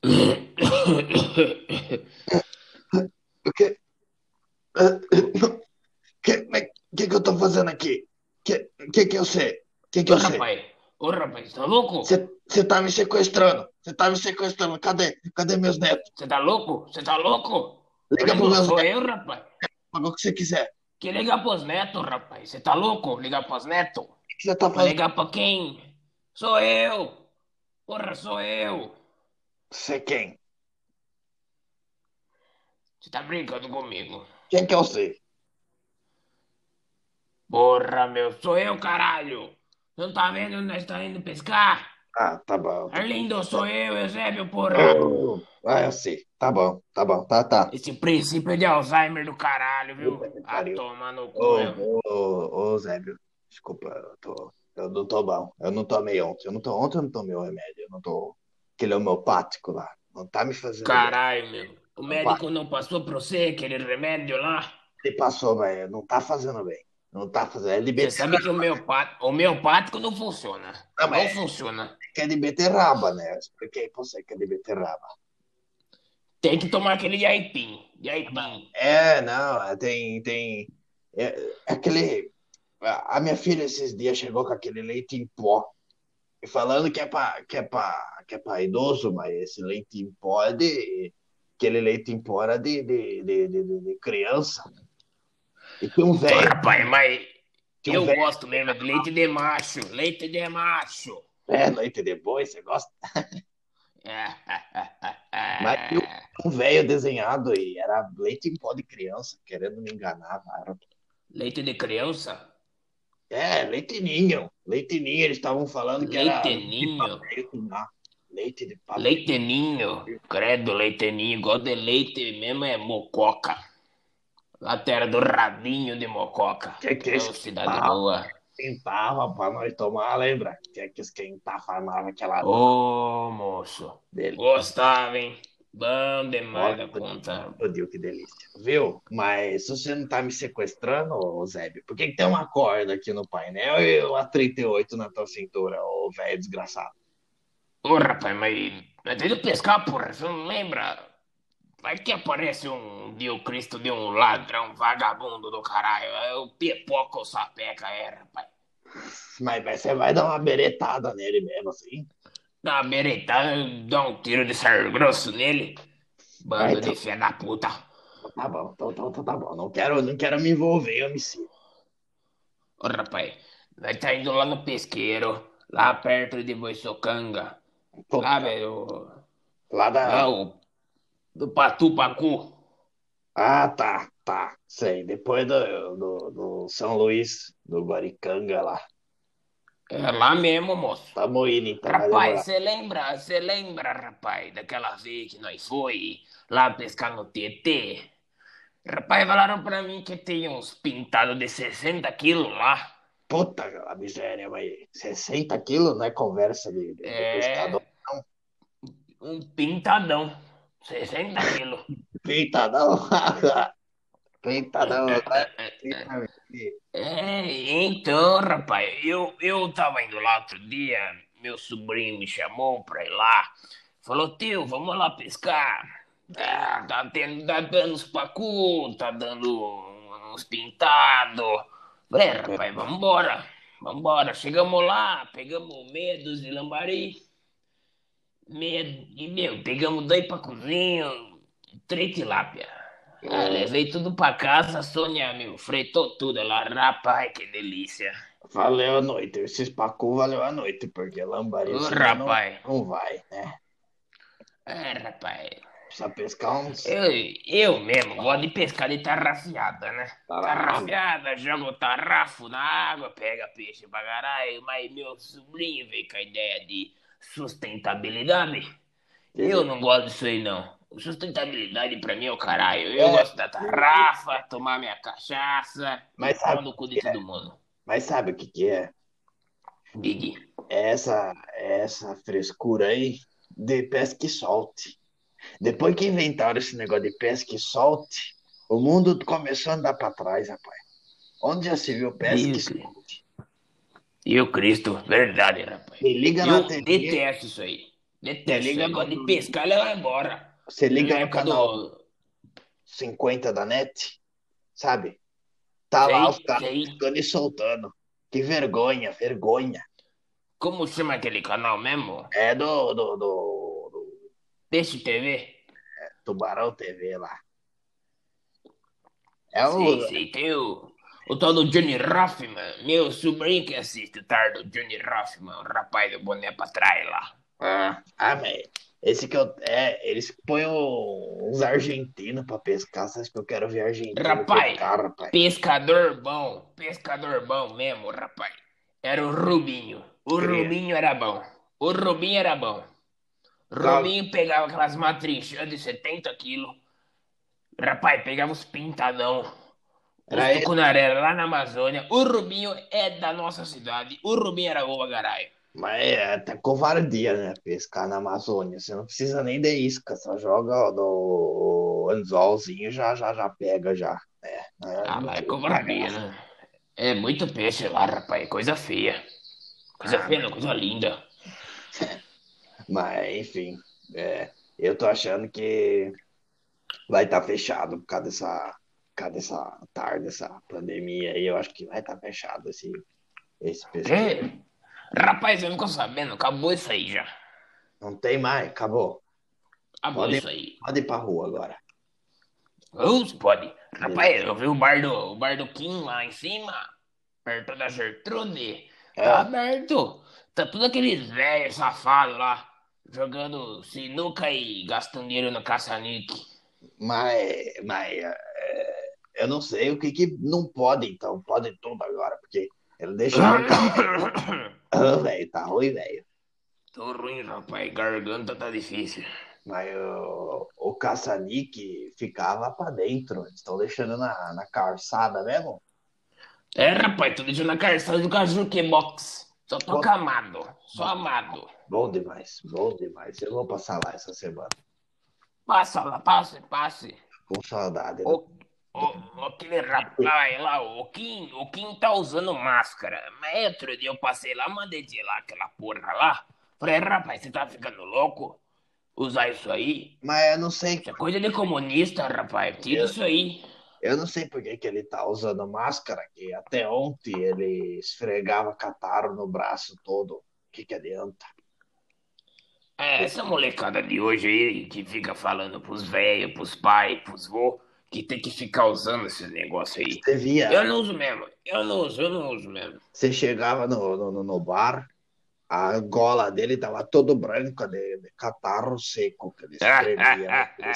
O que, que eu tô fazendo aqui? Que eu sei? Que Ô, eu sei? rapaz, você tá louco? Você tá me sequestrando. Você tá me sequestrando. Cadê meus netos? Você tá louco? Você tá louco? Eu Liga pros ligo, meus sou netos. eu, rapaz. Paga o que você quiser. O Que ligar pros netos, rapaz? Você tá louco? Ligar pros netos? que você tá Vai fazendo? ligar pra quem? Sou eu. Porra, sou eu. Você quem? Você tá brincando comigo? Quem que eu sei? Porra, meu, sou eu, caralho. Não tá vendo? Nós tá indo pescar? Ah, tá bom, tá bom. Arlindo, sou eu, Eusébio, porra. Oh, ah, eu sei. Tá bom, tá. Esse princípio de Alzheimer do caralho, viu? Puta que Ah, pariu. toma no cu, Ô, meu. Zébio, desculpa, eu não tô bom. Eu não tomei ontem. Ontem eu não tomei o remédio. Eu não tô, aquele homeopático lá. Não tá me fazendo bem. Caralho, meu. O Não vai. médico não passou pra você aquele remédio lá? Ele passou, mas não tá fazendo bem. Não tá fazendo. É de Você sabe beterraba. que o homeopático não funciona. Não, mas Não funciona. é de beterraba, né? Eu expliquei pra você que é de beterraba. Tem que tomar aquele de aipim. De aipim. Não, É, é aquele. A minha filha esses dias chegou com aquele leite em pó. E falando que é pra idoso, mas esse leite em pó é de. Aquele leite em pó era de criança. E tem um Ô, velho. rapaz, mas Tinha um eu velho. gosto mesmo é de leite de macho. Leite de macho. É, leite de boi, você gosta? Mas tinha É. um velho desenhado e era leite em pó de criança, querendo me enganar, cara. Leite de criança? É, leite ninho. Leite ninho, eles estavam falando que era Leite leite de ninho? papel lá. Leite de papel. Leite ninho? Credo, leite ninho. Igual de leite mesmo é mococa. A terra do rabinho de mococa. Que Ô, cidade boa. esquentava pra nós tomar, lembra? Tinha que esquentar, farmava aquela Ô, moço. dele. Gostava, hein? Bom demais Nossa, da conta. meu Deus, que delícia. Viu? Mas se você não tá me sequestrando, ô Zébio, por que que tem uma corda aqui no painel e a 38 na tua cintura, ô velho desgraçado? Ô, rapaz, mas tem de pescar, porra. Você não lembra? Vai que aparece um Dio Cristo de um ladrão vagabundo do caralho. Eu pipoco o sapeca, rapaz. Mas você vai dar uma beretada nele mesmo, assim? Dá uma beretada, dá um tiro de sarro grosso nele. Ah, Bando então, de fé da puta. tá bom, então tá bom. Não quero me envolver em homicídio. Ô, rapaz, nós tá indo lá no pesqueiro, lá perto de Boiçocanga. Puta, Sabe, o, lá lá da. o do Patu Pacu. Ah, tá. Sei. Depois do São Luís, do Guaricanga lá. É lá mesmo, moço. Tamo indo, então, vai Rapaz, demorar. você lembra, rapaz, daquela vez que nós foi lá pescar no Tietê? Rapaz, falaram pra mim que tem uns pintados de 60 quilos lá. Puta a miséria, mas 60 quilos não é conversa de pescador, É, não. um pintadão. 60 quilos. Peita não. Peita não. Então, rapaz, eu tava indo lá outro dia, meu sobrinho me chamou pra ir lá. Falou, tio, vamos lá pescar. Tá dando uns pacu, tá dando uns pintados. Falei, rapaz, vambora. Vambora. Chegamos lá, pegamos meia dúzia de lambari. Pegamos dois pacuzinhos, três tilápia. Levei tudo pra casa, a Sônia, meu, fretou tudo lá. Rapaz, que delícia. Valeu a noite. Esses pacu valeu a noite, porque lambari Ô, assim já rapaz. não vai, né? Rapaz. Precisa pescar uns. Eu mesmo gosto de pescar de tarrafiada, né? Caralho. Tarrafiada, joga o tarrafo na água, pega peixe pra caralho. Mas meu sobrinho veio com a ideia de sustentabilidade. Eu não gosto disso aí, não. Sustentabilidade pra mim é o caralho. Eu É, gosto da tarrafa, tomar minha cachaça e mas pau sabe, no cu de todo mundo. mas sabe o que que é? Didi. Essa frescura aí de pesca e solte. Depois que inventaram esse negócio de pesca e solte, o mundo começou a andar para trás, rapaz. Onde já se viu pesca e E solte? o Cristo, verdade, rapaz. Me liga na Eu TV, detesto isso aí. Você Detesto isso liga aí. Gosto de pescar e levar embora. você Na liga no época canal do. 50 da NET, sabe? Tá lá os Sei, caras sei. pescando e soltando. Que vergonha, vergonha. Como chama aquele canal mesmo? É do Peixe TV? Tubarão TV lá. É Sei, o. sei. Tem o tal do Johnny Ruffman. Meu sobrinho que assiste o tal do Johnny Ruffman. O rapaz do boné pra trás lá. Mas esse que eu. Eles põem uns argentinos pra pescar. Você acha que eu quero ver argentino Rapaz, pescar, rapaz? pescador bom mesmo, rapaz. Era o Rubinho. O Cria. Rubinho era bom. O Rubinho era bom. O Qual? Rubinho pegava aquelas matrinchas de 70 quilos. Rapaz, pegava os pintadão. Os Era ele. tucunaré lá na Amazônia. O Rubinho é da nossa cidade. O Rubinho era boa, caralho. Mas é até covardia, né? Pescar na Amazônia. Você não precisa nem de isca, só joga no anzolzinho já pega já. Ah, Não lá é tem muita covardia, graça. né? É muito peixe lá, rapaz. Coisa feia. Coisa Ah, feia, não, coisa linda. mas enfim, eu tô achando que vai estar fechado por causa dessa tarde, dessa pandemia aí. Eu acho que vai estar fechado esse pesqueiro. É. Rapaz, eu não tô sabendo. Acabou isso aí já. Não tem mais, acabou. Acabou Pode, isso aí. pode ir pra rua agora. Os pode. Rapaz, Beleza. eu vi o bar do Kim lá em cima, perto da Gertrude. Tá É, aberto. Tá tudo aqueles velhos safados lá, jogando sinuca e gastando dinheiro no caça-níquel. mas eu não sei o que que não pode, então. Pode tudo agora, porque eles deixaram. Ah, velho, tá ruim, velho. Tô ruim, rapaz. Garganta tá difícil. Mas o caça-níquel ficava pra dentro. Eles estão deixando na calçada mesmo. É, rapaz, tô deixando a calçada do Kajuke Box. Só tô Bom, camado. Só bom, amado. bom demais, bom demais. Eu vou passar lá essa semana. Passa lá, passe. Com saudade O, do... aquele rapaz lá, o Kim tá usando máscara. Mas outro dia eu passei lá, mandei de lá aquela porra lá. Falei, rapaz, você tá ficando louco? Usar isso aí? Mas eu não sei, Isso é coisa de comunista, rapaz. Tira eu, isso aí. eu não sei por que que ele tá usando máscara, que até ontem ele esfregava catarro no braço todo. O que que adianta? É, essa molecada de hoje aí que fica falando pros velhos, pros pais, pros vô, que tem que ficar usando esses negócios aí. Você via, Eu não uso mesmo. Eu não uso mesmo. você chegava no bar, a gola dele tava todo branca de catarro seco que ele espremia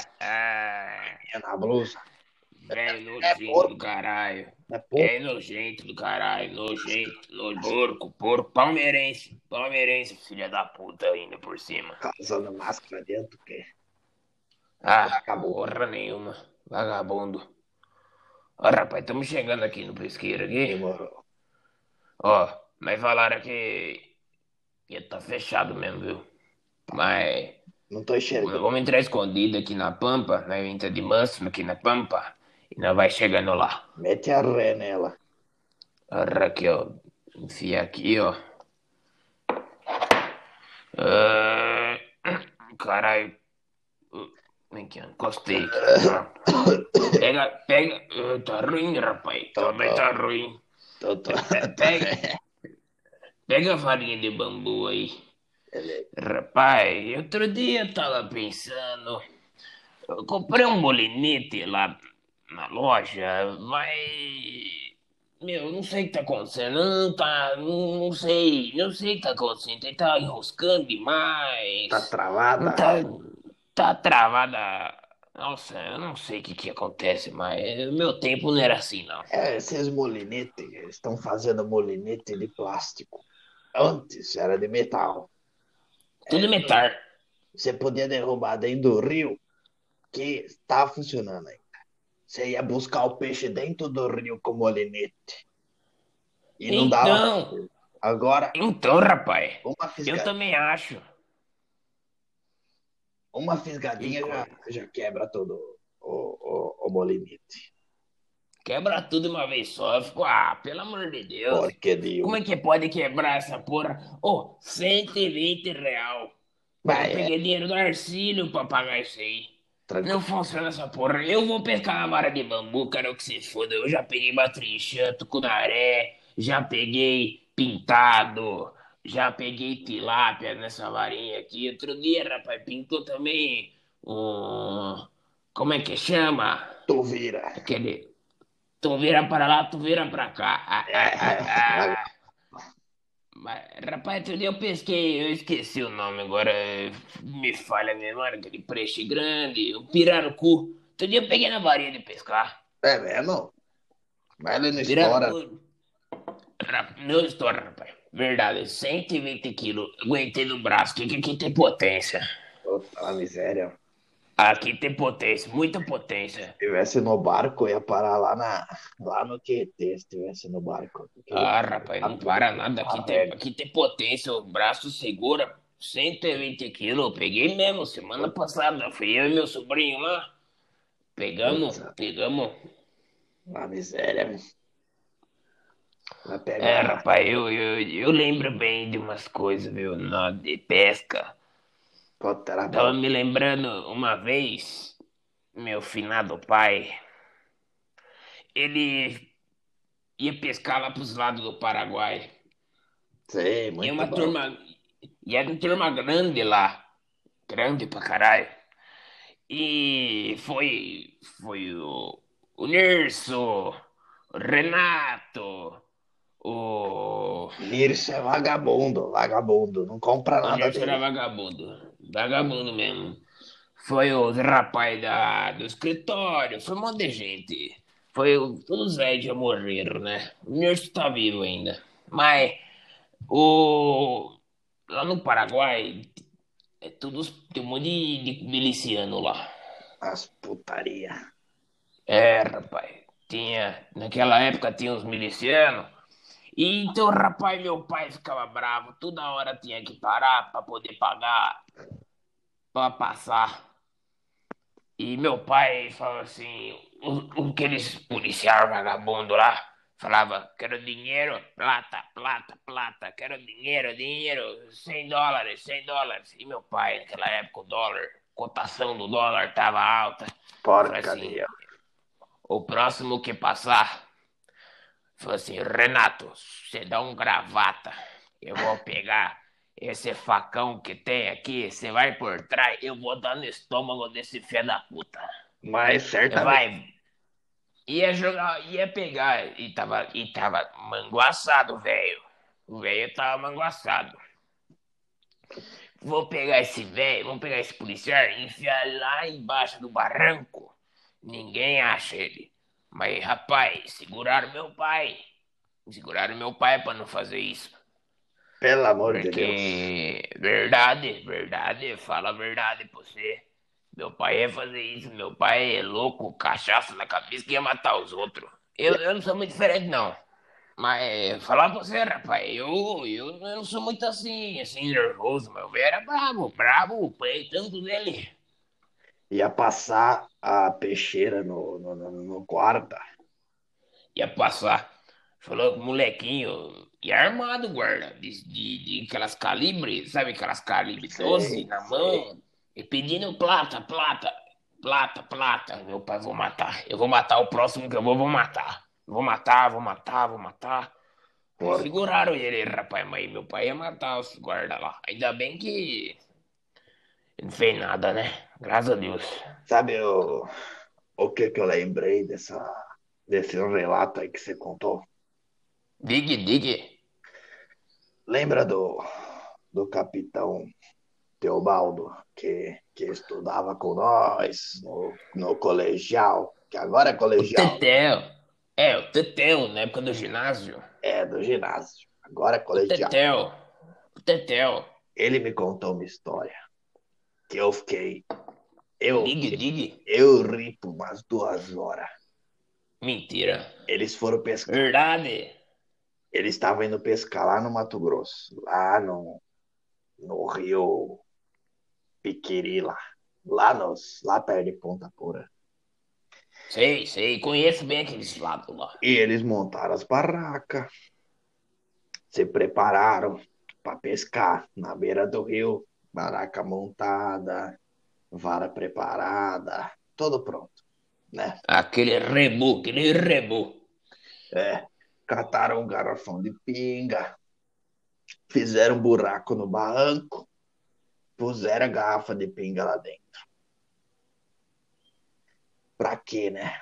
na blusa. Velho É nojento do porco, caralho. é É porco. nojento do caralho, nojento, porco, palmeirense, filha da puta ainda por cima. Tá usando máscara dentro, que Ah, acabou. porra nenhuma, vagabundo. Ó, rapaz, estamos chegando aqui no pesqueiro aqui. Demorou. Ó, mas falaram que ia tá fechado mesmo, viu? Mas Não tô enxergando. vamos entrar escondido aqui na Pampa, nós entra de manso aqui na Pampa e nós vai chegando lá. Mete a ré nela. Olha aqui, ó. Enfia aqui, ó. Ah, caralho. Vem aqui, encostei aqui. Pronto. Pega. Tá ruim, rapaz. Tô, Também tô, tá ruim. tô. Pega a farinha de bambu aí. Ele- Rapaz, outro dia eu tava pensando. Eu comprei um molinete lá na loja, mas. Meu, não sei o que tá acontecendo. Não tá. Não sei o que tá acontecendo. Ele tá enroscando Tá demais. Não travada? tá. Tá travada. Nossa, eu não sei o que acontece, mas meu tempo não era assim, não. Esses molinetes, eles estão fazendo molinete de plástico. Antes era de metal. Tudo metal. Você podia derrubar dentro do rio, que está funcionando aí. Você ia buscar o peixe dentro do rio com molinete. E não dava. Então, Agora, então, rapaz, uma eu fisgadinha, também acho. uma Que fisgadinha coisa. já quebra todo o molinete. Quebra tudo uma vez só. Eu fico, pelo amor de Deus. Porque de Como um. é que pode quebrar essa porra? Ô, R$ 120. Eu Vai, é peguei dinheiro do Arcílio pra pagar isso aí. Não tranquilo. funciona essa porra. Eu vou pescar na vara de bambu, quero que se foda. Eu já peguei batrichã, tucunaré, já peguei pintado, já peguei tilápia nessa varinha aqui. Outro dia, rapaz, pintou também um. Como é que chama? Tu vira. Aquele. Tu vira para lá, tu vira pra cá. Mas, rapaz, outro dia eu pesquei, eu esqueci o nome agora, me falha a memória, aquele peixe grande, o pirarucu. Outro dia eu peguei na varinha de pescar. É mesmo? Mas ele não estoura. Pirarucu, não estoura, rapaz. Verdade, 120 quilos, aguentei no braço, que aqui tem potência. Puta a miséria. Aqui tem potência, muita potência. Se estivesse no barco, eu ia parar lá no Tietê, se estivesse no barco. Aquele Ah, rapaz, não rápido, para nada, tá velho. aqui tem potência, o braço segura 120 quilos, eu peguei mesmo semana passada, fui eu e meu sobrinho lá. Pegamos, Puta, pegamos. a miséria, velho. Vai É, pegar. rapaz, eu lembro bem de umas coisas, viu, de pesca. Puta, era Tava bom. me lembrando uma vez, meu finado pai, ele ia pescar lá pros lados do Paraguai. Sei, E muito uma bom. turma, e era uma turma grande lá, grande pra caralho. E foi o Nirso, o Renato, o Nirce é vagabundo, vagabundo. Não compra O nada Nerso era dele. vagabundo. Vagabundo mesmo. Foi os rapaz do escritório. Foi um monte de gente. Todos os velhos já morreram, né? O Nerso tá vivo ainda. Mas o. Lá no Paraguai, tem um monte de miliciano lá. As putaria. É, rapaz. Naquela época tinha uns milicianos. E então, rapaz, meu pai ficava bravo. Toda hora tinha que parar pra poder pagar, pra passar. E meu pai falou assim, aqueles policiais vagabundo lá, falava, quero dinheiro, plata, plata, plata, quero dinheiro, dinheiro, 100 dólares, 100 dólares. E meu pai, naquela época, o dólar, cotação do dólar tava alta. Falei assim, Porcaria. o próximo que passar, falou assim, Renato, você dá um gravata, eu vou pegar esse facão que tem aqui, você vai por trás, eu vou dar no estômago desse filho da puta. Mas certamente. Vai, ia jogar, ia pegar, e tava manguaçado, velho. O velho tava manguaçado. Vou pegar esse velho, vamos pegar esse policial e enfiar lá embaixo do barranco. Ninguém acha ele. Mas, rapaz, seguraram meu pai. Seguraram meu pai pra não fazer isso. Pelo amor de Deus. Porque, verdade, verdade, fala a verdade pra você. Meu pai ia fazer isso, meu pai é louco, cachaça na cabeça que ia matar os outros. Eu não sou muito diferente, não. Mas falar pra você, rapaz, eu não sou muito assim, nervoso. Meu velho era bravo, bravo, o tanto dele. Ia passar a peixeira no guarda. Ia passar. Falou com o molequinho, e armado, guarda, de aquelas calibre, sabe aquelas calibre 12 Sei, na sei. mão, e pedindo plata, plata, plata, plata. Meu pai, vou matar. Eu vou matar o próximo que eu vou matar. Vou matar, vou matar, vou matar. Aí Porco. seguraram ele, rapaz, mas meu pai ia matar os guarda lá. Ainda bem que não fez nada, né? Graças a Deus. Sabe o que que eu lembrei desse relato aí que você contou? Digue, digue. Lembra do capitão Teobaldo, que estudava com nós no colegial, que agora é O colegial, né? Tetel. É, o Tetel, na época do ginásio. É do ginásio, agora é O colegial. Tetel. O Tetel. Ele me contou uma história que eu fiquei, eu, Digue, digue. eu ri por umas 2 horas. Mentira. Eles foram pescar. Verdade. Eles estavam indo pescar lá no Mato Grosso, lá no Rio Piquiri, lá perto de Ponta Porã. Sei, sei. Conheço bem aqueles lados lá. E eles montaram as barracas, se prepararam para pescar na beira do rio. Barraca montada, vara preparada, tudo pronto, né? Aquele rebu. É, cataram um garrafão de pinga, fizeram um buraco no barranco, puseram a garrafa de pinga lá dentro. Pra quê, né?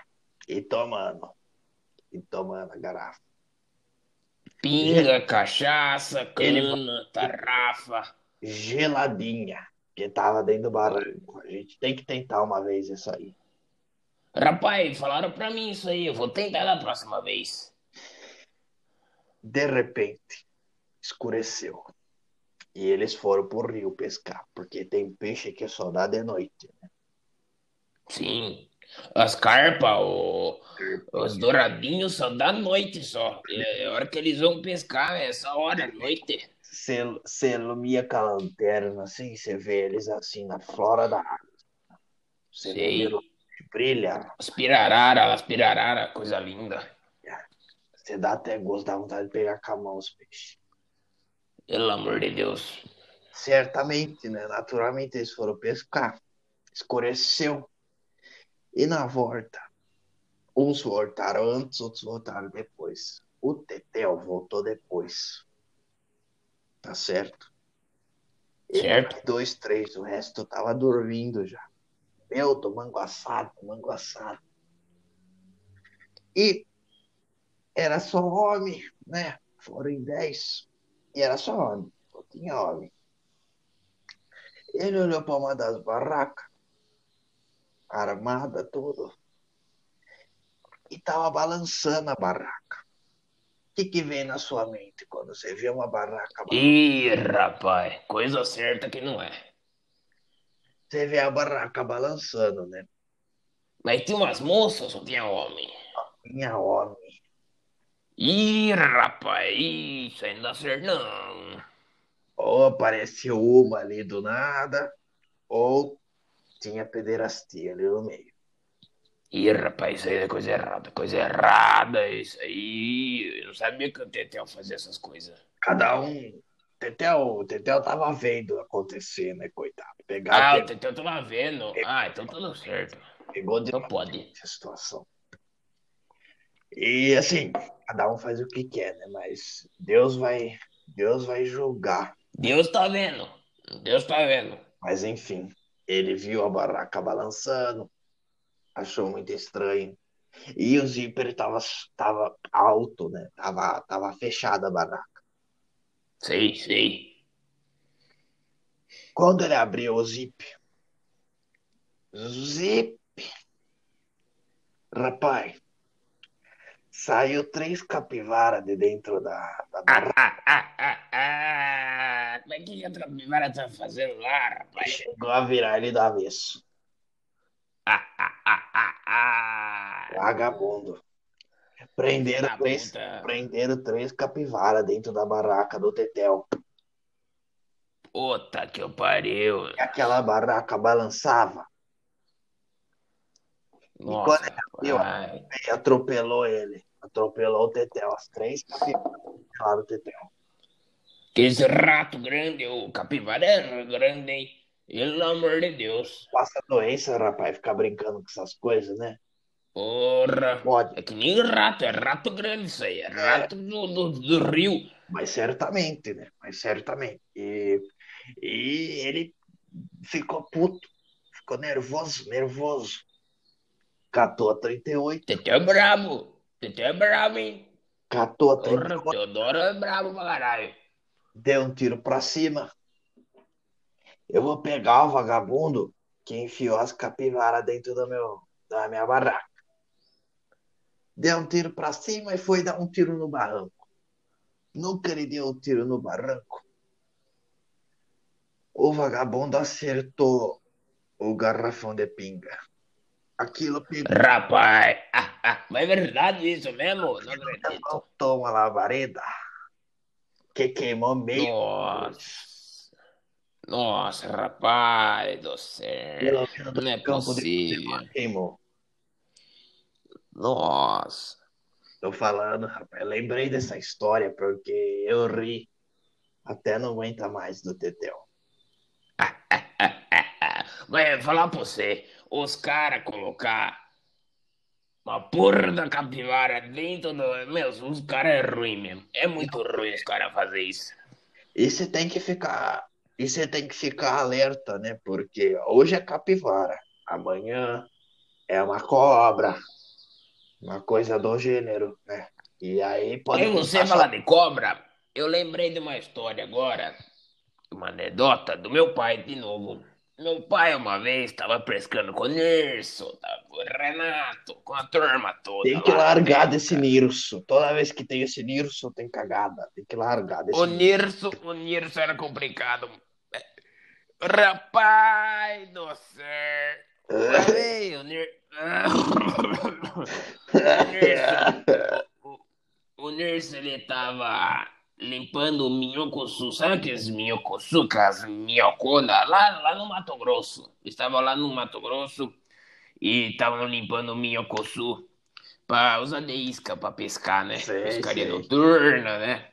E tomando a garrafa. Pinga, cachaça, Ele vai cana, tarrafa. geladinha, que tava dentro do barranco. A gente tem que tentar uma vez isso aí. Rapaz, falaram pra mim isso aí. Eu vou tentar da próxima vez. De repente, escureceu. E eles foram pro rio pescar, porque tem peixe que só dá de noite. Sim. As carpas, os Carpinha. douradinhos só dá noite só. É a hora que eles vão pescar, é essa hora, noite. Você ilumina com a lanterna, assim, você vê eles assim na flora da água. Você vê de longe, Sei. brilha. As pirarara, coisa linda. Você dá até gosto, dá vontade de pegar com a mão os peixes. Pelo amor de Deus. Certamente, né? Naturalmente eles foram pescar. Escureceu. E na volta, uns voltaram antes, outros voltaram depois. O Tetel voltou depois, tá certo? E Certo? mais dois, três, o resto tava dormindo já. Meu, tô manguaçado, tô manguaçado. E era só homem, né? Foram em 10. E era só homem, só tinha homem. Ele olhou para uma das barracas, armada, tudo, e tava balançando a barraca. O que que vem na sua mente quando você vê uma barraca balançando? Ih, rapaz, coisa certa que não é. Você vê a barraca balançando, né? Mas tinha umas moças, só tinha homem. Tinha homem. Ih, rapaz, isso aí não dá certo não. Ou apareceu uma ali do nada, ou tinha pederastia ali no meio. Ih, rapaz, isso aí é coisa errada, coisa errada, isso aí. Eu não sabia que o Tetel fazia essas coisas. Cada um. Tetel tava vendo acontecer, né, coitado? Ah, o Tetel tava vendo. Ah, então tudo certo. Pegou de Então pode. a situação. E assim, cada um faz o que quer, né? Mas Deus vai julgar. Deus tá vendo. Deus tá vendo. Mas enfim, ele viu a barraca balançando, achou muito estranho. E o zíper tava alto, né? Tava fechada a barraca. Sei, sei. Quando ele abriu o zip, rapaz, saiu três capivaras de dentro da Ah, barraca ah, ah, ah, ah. Mas o que a capivara tá fazendo lá, e rapaz? chegou a virar ele do avesso. Ah, ah, ah, ah, ah. Vagabundo. Filha da puta. Prenderam três capivaras dentro da barraca do Tetel. Puta que eu pariu. E aquela barraca balançava. E quando Nossa, ele abriu, rapaz. atropelou ele. Atropelou o Tetel. As três capivaras atropelaram o Tetel. Que esse rato grande, o capivara é grande, hein? Pelo amor de Deus. Passa doença, rapaz, ficar brincando com essas coisas, né? Porra. Pode. É que nem rato, é rato grande isso aí. É É, rato do rio. mas certamente, né? Mas certamente. E ele ficou puto. Ficou nervoso, nervoso. Catou a 38. Teteu é brabo. Teteu é brabo, hein? Catou a Porra, 38. Teodoro é brabo pra caralho. Deu um tiro pra cima. Eu vou pegar o vagabundo que enfiou as capivaras dentro da minha barraca. Deu um tiro pra cima e foi dar um tiro no barranco. Nunca ele deu um tiro no barranco. O vagabundo acertou o garrafão de pinga. Aquilo pegou, Rapaz. Mas é verdade isso mesmo? Não acredito. levantou uma labareda que queimou meio arroz. Nossa. Nossa, rapaz do céu. Pelo menos Não dois é campos de futebol possível. queimou. Nossa. Tô falando, rapaz. Lembrei dessa história porque eu ri até não aguenta mais do Tetel. Mas falar pra você, os caras colocar uma porra da capivara dentro do. Meu, os caras é ruim mesmo. É muito ruim os caras fazer isso. E você tem que ficar, e você tem que ficar alerta, né? Porque hoje é capivara, amanhã é uma cobra, uma coisa do gênero, né? E aí pode Aí você custar falar só. de cobra, eu lembrei de uma história agora, uma anedota do meu pai de novo. Meu pai uma vez estava pescando com o Nilson, tava com o Renato, com a turma toda Tem que lá na largar desse pesca. Nirso. Toda vez que tem esse Nirso, tem cagada. Tem que largar O desse Nirso. Nirso, o Nirso era complicado. Rapaz do céu. Uma vez o Nirso, o, o, o Nirso, ele tava limpando o minhocosu, sabe aqueles minhocosu, aquelas minhoconas, lá no Mato Grosso. Estava lá no Mato Grosso e estavam limpando o minhocosu para usar de isca para pescar, né? Sei, Pescaria sei. noturna, né?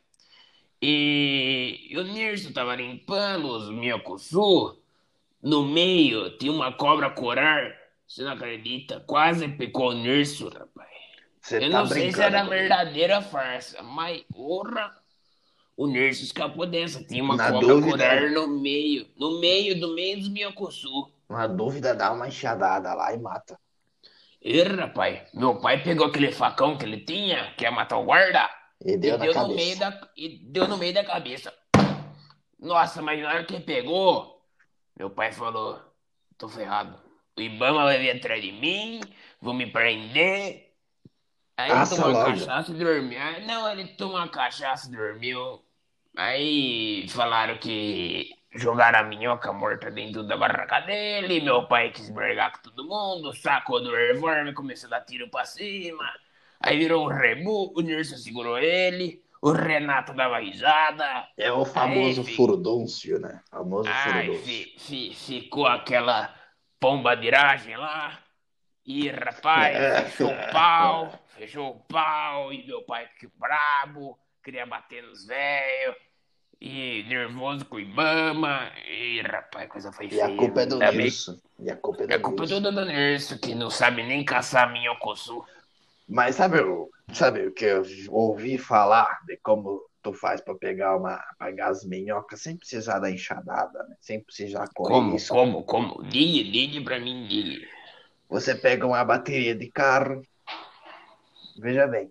E o Nirso tava limpando os minhocosu. No meio tinha uma cobra corar. Você não acredita? Quase picou o Nirso, rapaz. Você Eu tá não sei se brincando era comigo. verdadeira farsa, mas porra, o Nirso escapou dessa. Tinha uma Na cobra dúvida, corar no meio dos minhocosu. na dúvida, dá uma enxadada lá e mata. E, rapaz, meu pai pegou aquele facão que ele tinha, que ia matar o guarda, E e deu na deu no meio cabeça. da cabeça. Nossa, mas na hora que ele pegou, meu pai falou: tô ferrado. O Ibama vai vir atrás de mim, vão me prender. Aí ele Assa tomou uma logo. cachaça e dormiu. Não, ele tomou uma cachaça e dormiu. Aí falaram que jogaram a minhoca morta dentro da barraca dele. Meu pai quis brigar com todo mundo, sacou do revólver, começou a dar tiro pra cima. Aí virou um rebu, o Nilson segurou ele, o Renato dava risada. É o Aí, famoso furdúncio, né? Famoso furdúncio. ficou aquela pombadiragem lá. E rapaz, É. fechou o pau, e meu pai ficou brabo, queria bater nos velhos, e nervoso com o Ibama, e rapaz, a coisa foi E a feia, culpa é viu? do Ainda bem. Nilson. E a culpa é A do culpa é Nilson. toda do Nerso, que não sabe nem caçar minhocosu. Mas sabe o que eu ouvi falar de como tu faz para pegar as minhocas sem precisar da enxadada, né? Sem precisar correr Como, risco. como, como? Diga pra mim, diga. Você pega uma bateria de carro, veja bem,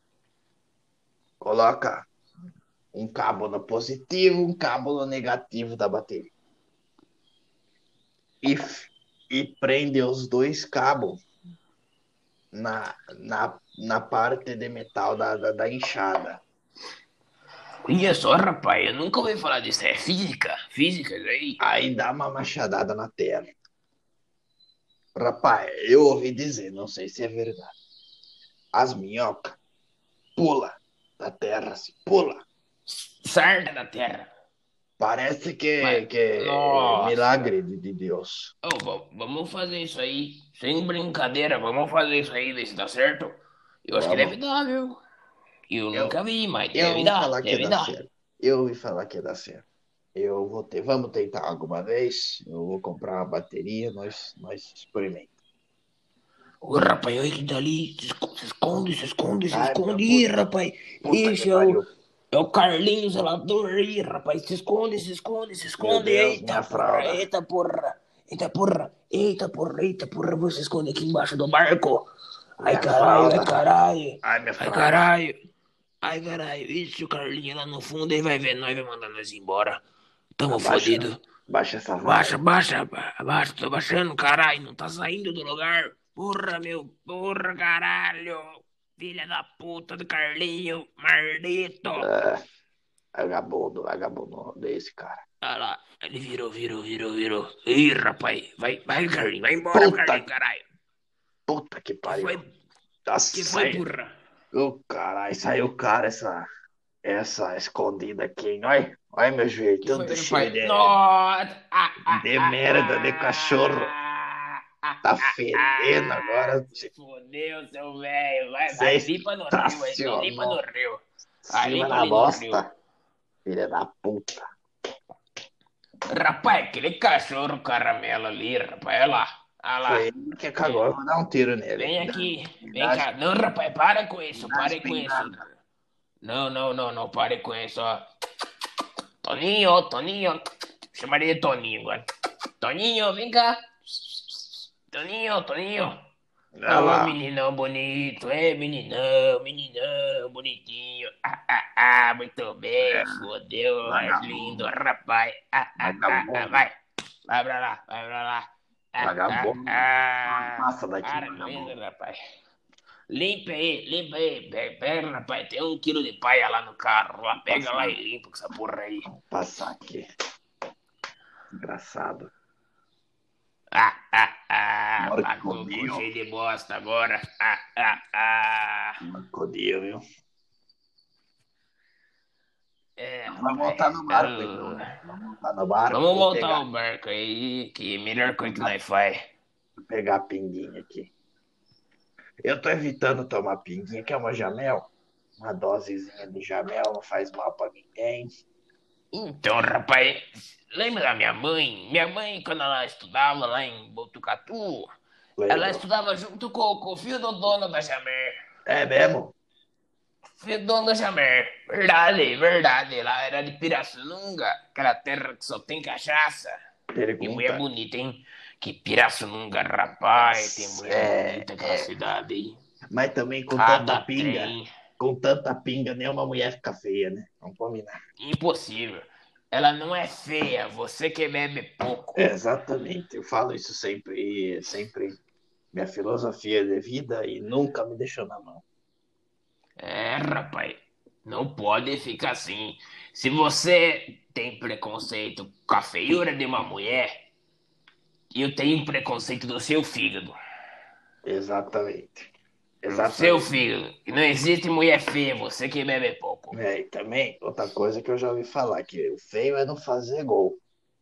coloca um cabo no positivo, um cabo no negativo da bateria. E, e prende os dois cabos na parte de metal da enxada. Olha só, rapaz, eu nunca ouvi falar disso. É física? Física isso aí? Aí dá uma machadada na terra. Rapaz, eu ouvi dizer, não sei se é verdade. As minhocas pula da terra, se pula. Sarda da terra. Parece Mas, que é nossa. milagre de Deus. Ô, vamos fazer isso aí. Sem brincadeira, vamos fazer isso aí, ver se dá certo. Eu acho que deve Vamos. dar, viu? Eu Eu, nunca vi, mas eu deve ouvi dar, falar que ia deve dar dar. certo. Eu ouvi falar que ia dar certo. Vamos tentar alguma vez. Eu vou comprar uma bateria, nós experimentamos. Ô, rapaz, olha que dali. Se esconde, se esconde, se Ai, meu esconde. Ih, puta, rapaz. puta que Ixi, pariu. é o Carlinhos Zelador. Ih, rapaz, se esconde, se esconde, se Meu esconde. Deus, minha fralda. Eita porra. Eita porra, eita porra, eita porra. Vou se esconder aqui embaixo do barco. Ai, Minha caralho, ai, fralda. caralho. Ai, minha Ai, fralda. caralho. Ai, caralho. Ixi, o Carlinhos lá no fundo, ele vai ver nós, vai mandar nós embora. Tamo Abaixa, fodido. baixa essa vara Abaixa, aí. abaixa, abaixa, tô baixando, caralho, não tá saindo do lugar. Porra, meu, porra, caralho. Filha da puta do Carlinho, maldito. É, vagabundo desse, cara. Olha lá, ele virou. Ih, rapaz, vai, Carlinho, vai embora, Puta, Carlinho, caralho. puta que Que pariu. foi, que Nossa, foi, aí, porra? ô, caralho, saiu cara essa escondida aqui, hein? Olha meu joelho, Que foi, tudo rapaz? cheio Nossa, de merda de cachorro. Tá fedendo agora. se fodeu, seu velho. Vai, Você limpa no rio aí, não, limpa no estacionou rio. em Ah, cima limpa da ali no rio. bosta, filha da puta. Rapaz, aquele cachorro caramelo ali, rapaz, olha lá. Olha Foi lá. ele que É, cagou. Eu vou dar um tiro nele. vem aqui, Me vem dá as, cá. Não, rapaz, para com me isso, dá as pare com isso. pingadas. Não, não, não, não, pare com isso, ó. Toninho, Toninho. Chamaria de Toninho agora. Toninho, vem cá. Toninho, Toninho. Olha Ô, lá. meninão bonito, meninão, meninão, bonitinho. Muito bem, fodeu, é lindo, Vagabundo. rapaz. Vagabundo. Vai pra lá, vai pra lá. Vagabundo. Passa daqui, Para com isso, vagabundo. rapaz. Limpa aí, pega, rapaz, tem 1 quilo de paia lá no carro, lá, pega lá Passar. e limpa com essa porra aí. Passar aqui. Engraçado. Agora que Pagou com fodeu. cheio de bosta agora. Fodeu, viu? Vamos Rapaz. voltar no barco, então, né? Vamos voltar no barco. Vamos Vou montar pegar, o barco aí, que é a melhor coisa que pegar, nós faz. pegar a pinguinha aqui. Eu tô evitando tomar pinguinha, que é uma jamel. Uma dosezinha de jamel não faz mal pra ninguém. Então, rapaz, lembra da minha mãe? Minha mãe, quando ela estudava lá em Botucatu, ela Lembro. estudava junto com o filho do dono da Jamer. É mesmo? Filho do dono da Jamer. Verdade, verdade. Ela era de Pirassununga, aquela terra que só tem cachaça. E mulher Pergunta. bonita, hein? Que Pirassununga, rapaz, tem mulher É, bonita aquela cidade, hein? mas também Cada trem. com tanta pinga, nenhuma mulher fica feia, né? Vamos combinar. Impossível. Ela não é feia, você que bebe pouco. É, exatamente, eu falo isso sempre, sempre. Minha filosofia de vida e nunca me deixou na mão. Rapaz, não pode ficar assim. Se você tem preconceito com a feiura de uma mulher, eu tenho preconceito do seu fígado. Exatamente. O seu Exatamente. fígado. E não existe mulher feia, você que bebe pouco. É, e também, outra coisa que eu já ouvi falar, que o feio é não fazer gol.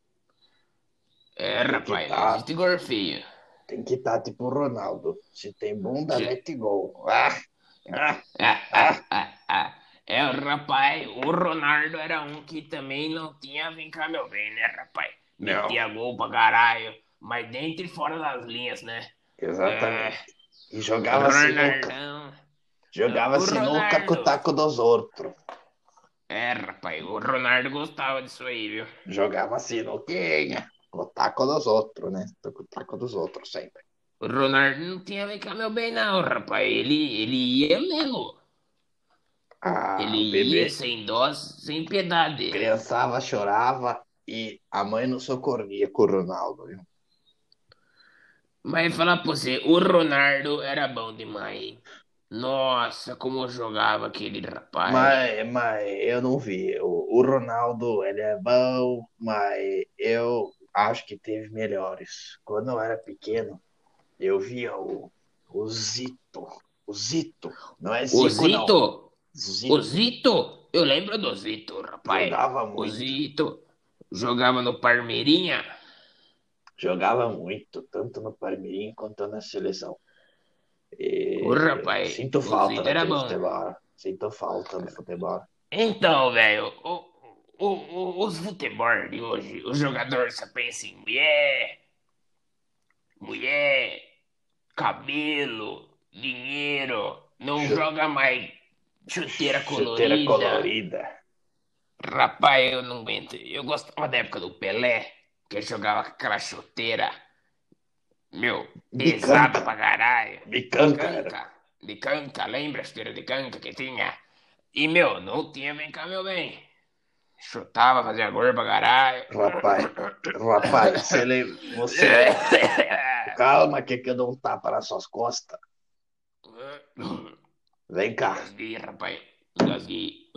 Tem que Rapaz, não estar, existe gorfeio. tem que estar tipo o Ronaldo. Se tem bunda, Que- mete gol. Ah, Ah, ah. rapaz, o Ronaldo era um que também não tinha vem cá, meu bem, né, rapaz? Não, Metia gol pra caralho, mas dentro e fora das linhas, né? É, exatamente. E o Ronaldão. jogava O sinuca com o Ronaldo. taco dos outros. Rapaz, o Ronaldo gostava disso aí, viu? Jogava sinuquinha com o taco dos outros, né? Com o taco dos outros sempre. O Ronaldo não tinha vem cá, meu bem, não, rapaz. Ele ia mesmo. Ele Ah, o ia bebê sem dó, sem piedade. criançava, chorava e a mãe não socorria com o Ronaldo, viu? Mas falar pra você, o Ronaldo era bom demais, hein? Nossa, como jogava aquele rapaz. Mas eu não vi. O Ronaldo, ele é bom, mas eu acho que teve melhores. Quando eu era pequeno, eu via o Zito. O Zito. Não é O Zico, não. Zito, o Zito. Zito, eu lembro do Zito, rapaz. Jogava O muito. Zito jogava no Parmeirinha. Jogava muito, tanto no Palmeirinho quanto na seleção. O E rapaz, sinto o falta Zito era daquele bom. futebol. Sinto falta do futebol. Então, velho, os futebol de hoje, os jogadores só pensam em mulher, mulher, cabelo, dinheiro, não Chu- joga mais chuteira Chuteira colorida. colorida. Rapaz, eu não aguento. Eu gostava da época do Pelé, que ele jogava com aquela chuteira, meu, pesada Bicanca. pra caralho. De Bicanca era. canca, de canca, lembra a chuteira de canca que tinha? E, meu, não tinha, vem cá, meu bem. Chutava, fazia gol pra caralho. Rapaz, rapaz, calma que eu dou um tapa nas suas costas. Vem cá. Engasguei, rapaz. Engasguei.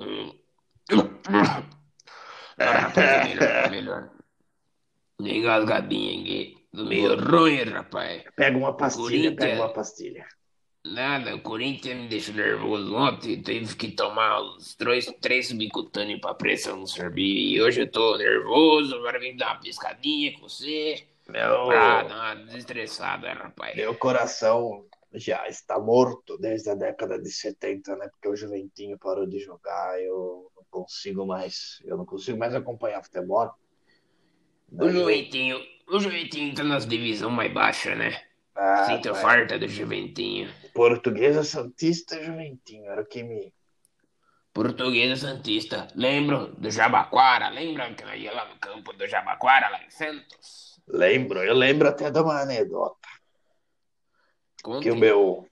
Ah, rapaz, tá melhor, tá melhor. Engasgadinha aqui. Do meio ruim, rapaz. O Pega uma Corinthians, pastilha. nada, o Corinthians me deixou nervoso ontem. Teve que tomar uns três subcutâneos pra pressão não subir. E hoje eu tô nervoso. Agora vem dar uma piscadinha com você. Pra Meu, dar uma desestressada, rapaz. meu coração já está morto desde a década de 70, né? Porque o Juventinho parou de jogar, eu não consigo mais acompanhar futebol. Da Juventus. O Juventinho tá nas divisões mais baixas, né? Ah, Sinto pai. farta do Juventinho. Portuguesa Santista Juventinho, era o que me. Portuguesa Santista. Lembro do Jabaquara? Lembra que nós ia lá no campo do Jabaquara, lá em Santos? Lembro, eu lembro até de uma anedota. Que Conte.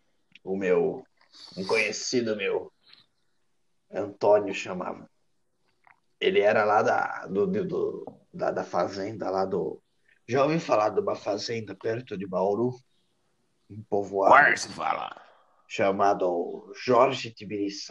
um conhecido meu, Antônio chamava. Ele era lá da fazenda, lá do. Já ouvi falar de uma fazenda perto de Bauru, um povoado Quar se fala. chamado Jorge Tibiriçá.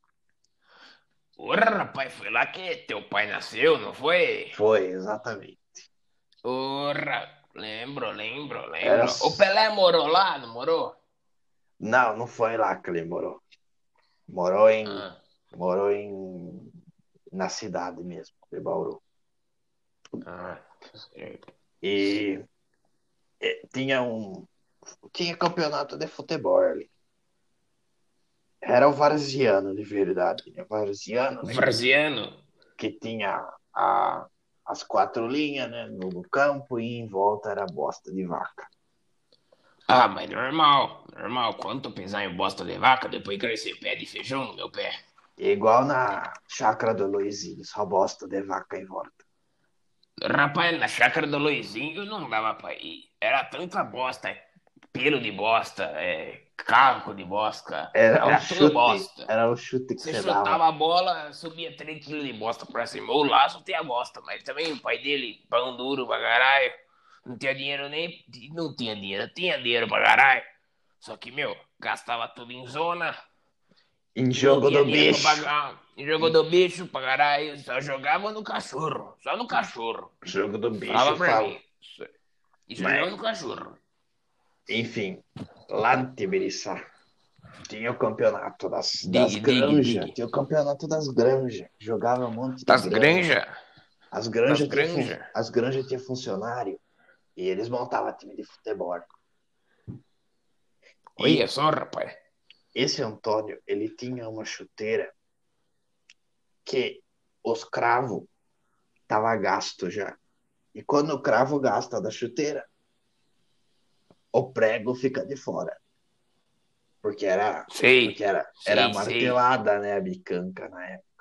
Ora, rapaz, foi lá que teu pai nasceu, não foi? Foi, exatamente. Ora, Era... lembro. O Pelé morou lá, não morou? Não, não foi lá que ele morou. Morou em, Ah, morou em, na cidade mesmo, de Bauru. tá certo. E tinha campeonato de futebol ali. Era o Varziano, de verdade. O Varziano, né? Varziano? Que tinha as quatro linhas, né, no campo e em volta era bosta de vaca. Ah, mas normal. Quanto pisar em bosta de vaca, depois crescer pé de feijão no meu pé. Igual na chácara do Luizinho, só bosta de vaca em volta. Rapaz, na chácara do Luizinho não dava pra ir. Era tanta bosta, pelo de bosta, caco de bosta, era tudo bosta. Era o chute que Você você dava. chutava a bola, subia 3 quilos de bosta pra cima. O laço tem a bosta, mas também o pai dele, pão duro pra caralho. Não tinha dinheiro nem. Não tinha dinheiro, tinha dinheiro pra caralho. Só que, meu, gastava tudo em zona. Em Não jogo tinha do dinheiro pra bicho. pagar. Jogo do bicho pra caralho. Só jogava no cachorro. Só no cachorro. Jogo do bicho, eu Fala pra falo. mim. Isso Mas, jogava no cachorro. enfim, lá no Tibiriçá tinha o campeonato das granjas. Digue. Tinha o campeonato das granjas. Jogava um monte de Das granja. granjas? As Das granjas tinham, granjas? as granjas tinham funcionário e eles montavam time de futebol. Olha E só, rapaz. esse Antônio, ele tinha uma chuteira que os cravos tava gasto já. E quando o cravo gasta da chuteira, o prego fica de fora. Porque era, porque Sei, era sei. martelada, né, a bicanca na época.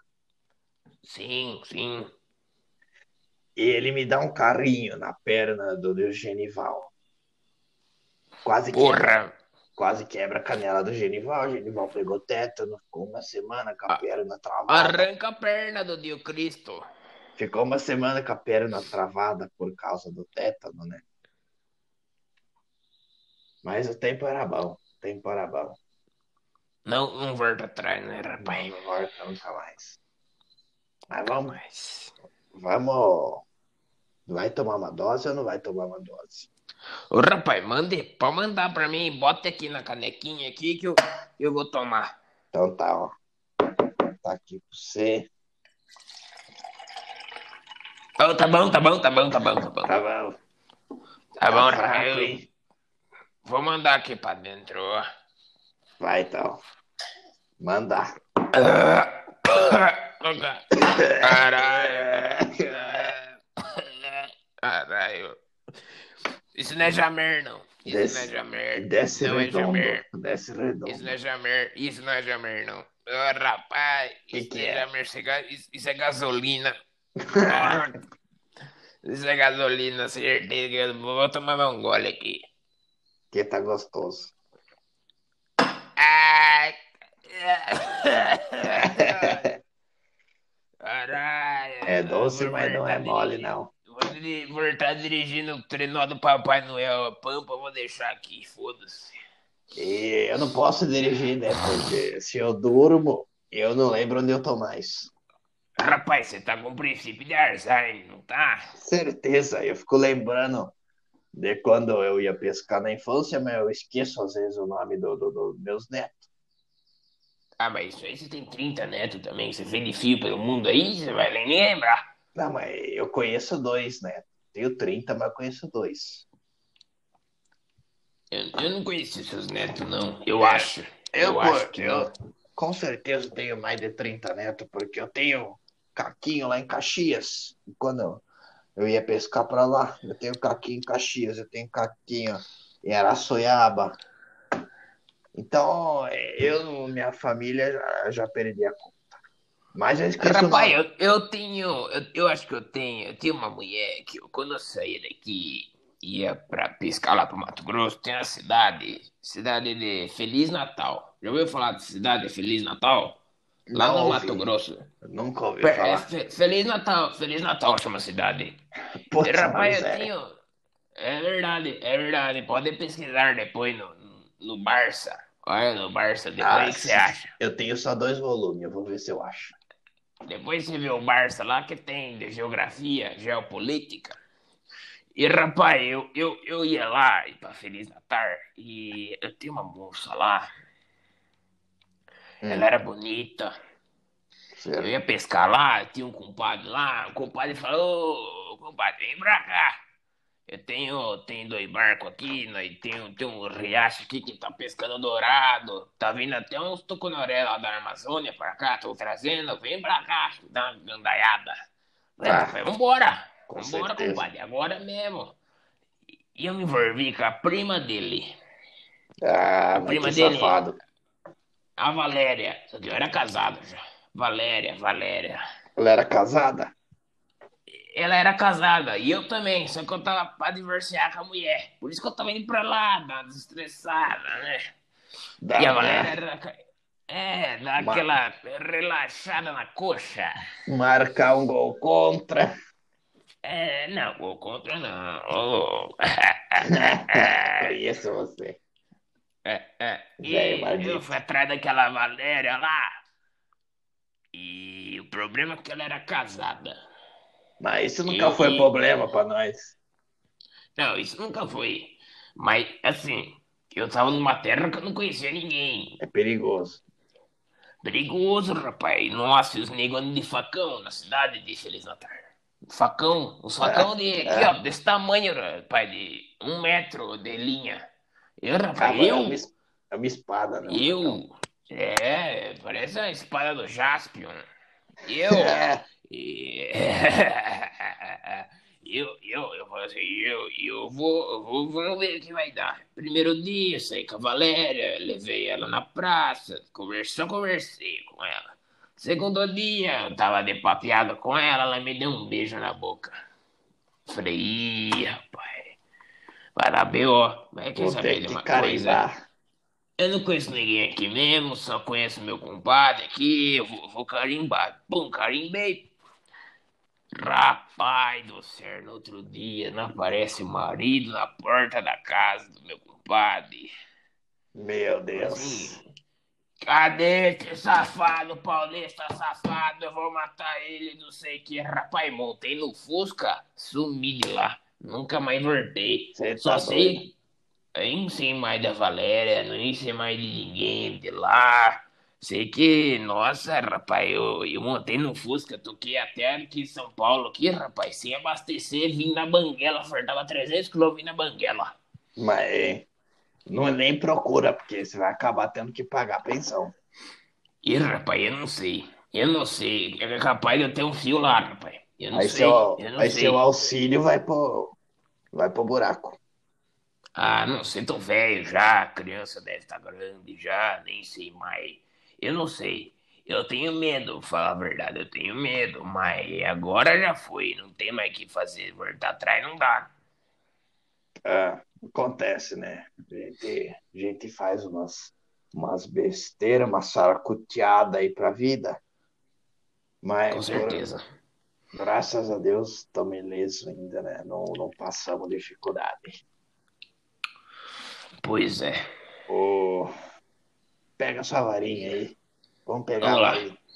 Sim. E ele me dá um carrinho na perna do Genival. Quase quebra, Porra. quase quebra a canela do Genival. O Genival pegou tétano, ficou uma semana com a perna travada. Arranca a perna do Dio Cristo. Ficou uma semana com a perna travada por causa do tétano, né? Mas o tempo era bom. O tempo era bom. Não volta atrás, né, Não, rapaz? não volta nunca mais. Mas vamos, Mas. vamos. Vai tomar uma dose ou não vai tomar uma dose? Ô, rapaz, pode mandar pra mim, bota aqui na canequinha aqui que eu vou tomar. Então tá, ó. Tá aqui pra você. Oh, tá bom. Tá bom. Tá Tá bom, rapaz. fraco, Eu hein? vou mandar aqui pra dentro, ó. Vai então. Manda. Caralho. Caralho. Isso não é Jamer, não. Isso não é Jamer. Desce Não é redondo. Jamer. Desce Isso não redondo. é Jamer. Isso não é Jamer, não. Ô, rapaz, isso Que não é é? Jamer. Isso é gasolina. Isso é gasolina, certeza. Que eu vou tomar um gole aqui. Que tá gostoso. Ai. Caralho. É doce, Vou mas não é voltar mole, dirigindo. não. Vou estar dirigindo o trenó do Papai Noel. A Pampa, vou deixar aqui, foda-se. E eu não posso dirigir, né? Porque se eu durmo, eu não lembro onde eu tô mais. Rapaz, você tá com princípio de Alzheimer, não tá? Certeza, eu fico lembrando de quando eu ia pescar na infância, mas eu esqueço às vezes o nome dos meus netos. Ah, mas isso aí você tem 30 netos também. Você fez de fio pelo mundo aí, você vai nem lembrar. Não, mas eu conheço dois netos. Tenho 30, mas conheço dois. Eu não conheci seus netos, não. Eu É, acho. eu, Eu pô, acho que não. eu com certeza tenho mais de 30 netos, porque eu tenho caquinho lá em Caxias. Eu ia pescar pra lá. Eu tenho caqui em Caxias, eu tenho caqui ó, em Araçoiaba. Então, eu, minha família já perdi a conta. Mas eu esqueço o Rapaz, nome. eu tenho. Eu acho que eu tenho uma mulher que quando eu saía daqui, ia pra pescar lá pro Mato Grosso, tem a cidade de Feliz Natal. Já ouviu falar de cidade de Feliz Natal? Lá Não no Mato ouvi. Grosso. Eu nunca ouvi falar. Feliz Natal chama a cidade. E, Puta rapaz, eu miséria. tenho. É verdade. Pode pesquisar depois no Barça. Olha no Barça, depois Ah, o que você acha? eu tenho só 2 volumes, eu vou ver se eu acho. Depois você vê o Barça lá que tem de geografia, geopolítica. E rapaz, eu ia lá para Feliz Natal e eu tinha uma moça lá, ela Hum, era bonita. Eu certo. ia pescar lá, tinha um compadre lá, o compadre falou, ô compadre, vem pra cá. Tenho 2 barcos aqui, nós tem um riacho aqui que tá pescando dourado, tá vindo até uns tucunaré lá da Amazônia pra cá, tô trazendo, vem pra cá, dá uma gandaiada. Falei, Ah, rapaz, vambora, com vambora, certeza. compadre, agora mesmo. E eu me envolvi com a prima dele. Ah, A mas que prima dele, safado. a Valéria, só que eu era casado já. Valéria. Ela era casada? Ela era casada e eu também, só que eu tava pra divorciar com a mulher. Por isso que eu tava indo pra lá, dar uma desestressada, né? E Dá a uma, Valéria era. É, dá uma, aquela relaxada na coxa. marcar um gol contra. É, não, vou contra não. Oh. Conheço você, velho E eu fui maldito. atrás daquela Valéria lá. E o problema é que ela era casada. Mas isso nunca Eu foi e. problema pra nós. Não, isso nunca foi. Mas, assim, eu tava numa terra que eu não conhecia ninguém. É perigoso. Perigoso, rapaz. Nossa, os negros andam de facão na cidade de Feliz Natal. Facão, os facão Ah, de aqui, ó, ah, desse tamanho, rapaz, de 1 metro de linha. Eu, rapaz, cabo, é uma espada, né? Um facão. eu, parece a espada do Jaspion. Eu, e- eu falei assim, vamos ver o que vai dar. Primeiro dia, saí com a Valéria, levei ela na praça, conversei com ela. Segundo dia, eu tava de papeado com ela me deu um beijo na boca. Falei, ih, rapaz, vai dar B.O. Mas quer Vou saber ter de que uma coisa? carimbar. Eu não conheço ninguém aqui mesmo, só conheço meu compadre aqui, eu vou carimbar. Pum, carimbei. Rapaz do céu, no outro dia não aparece o marido na porta da casa do meu compadre. Meu Falei Deus. assim, cadê esse safado, paulista safado? Eu vou matar ele, não sei o que. Rapaz, montei no Fusca, sumi de lá. Nunca mais voltei. Você Só tá doido. sei, eu não sei mais da Valéria, não sei mais de ninguém de lá. Sei que, nossa, rapaz, eu montei no Fusca, toquei até aqui em São Paulo, aqui, rapaz, sem abastecer, vim na Banguela, faltava 300 quilômetros, vim na Banguela. Mas não nem procura, porque você vai acabar tendo que pagar a pensão. E, rapaz, eu não sei, é capaz de eu ter um fio lá, rapaz, eu não sei, eu não Aí seu sei. auxílio vai pro buraco. Ah, não sei, tô velho já, a criança deve estar grande já, nem sei mais. Eu não sei. Eu tenho medo, vou falar a verdade, eu tenho medo, mas agora já foi, não tem mais o que fazer, voltar atrás não dá. Ah, acontece, né? A gente faz umas besteiras, uma saracoteada aí pra vida, Com mas certeza. graças a Deus estamos ilesos ainda, né? Não passamos dificuldade. Pois é. Ô, pega sua varinha aí. Vamos pegar a Vamos lá. varinha.